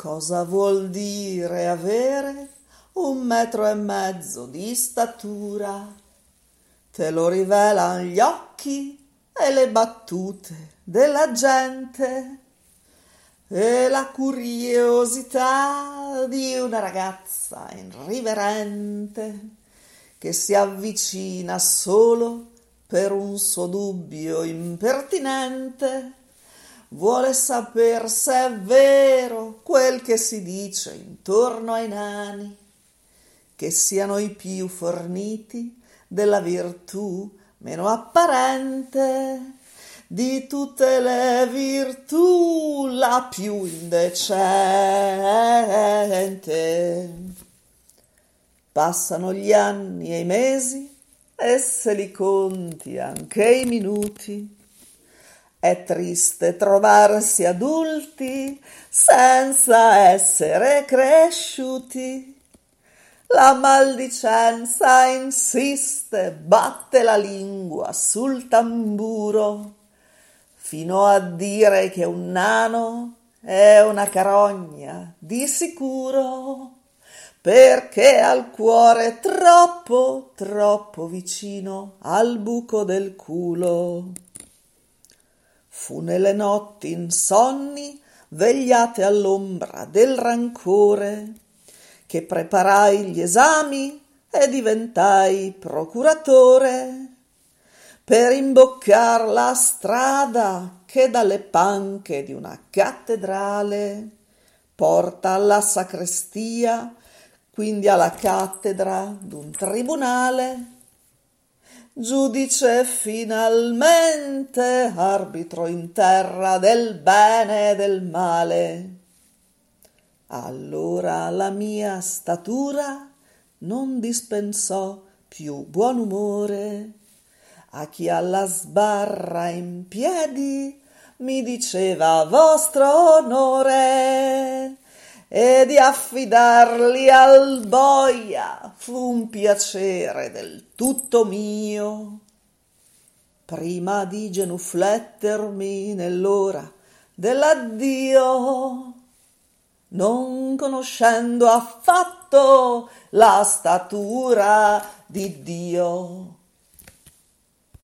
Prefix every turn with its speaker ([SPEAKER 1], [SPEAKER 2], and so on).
[SPEAKER 1] Cosa vuol dire avere 1,5 metri di statura? Te lo rivelano gli occhi e le battute della gente e la curiosità di una ragazza irriverente che si avvicina solo per un suo dubbio impertinente. Vuole saper se è vero quel che si dice intorno ai nani, che siano i più forniti della virtù meno apparente, di tutte le virtù la più indecente. Passano gli anni e i mesi e se li conti anche i minuti. È triste trovarsi adulti senza essere cresciuti. La maldicenza insiste, batte la lingua sul tamburo, fino a dire che un nano è una carogna di sicuro, perché ha il cuore troppo, troppo vicino al buco del culo. Fu nelle notti insonni, vegliate all'ombra del rancore, che preparai gli esami e diventai procuratore, per imboccar la strada che dalle panche di una cattedrale porta alla sacrestia, quindi alla cattedra d'un tribunale. Giudice finalmente, arbitro in terra del bene e del male. Allora la mia statura non dispensò più buon umore a chi alla sbarra in piedi mi diceva vostro onore, e di affidarli al boia fu un piacere del tutto mio. Prima di genuflettermi nell'ora dell'addio, non conoscendo affatto la statura di Dio.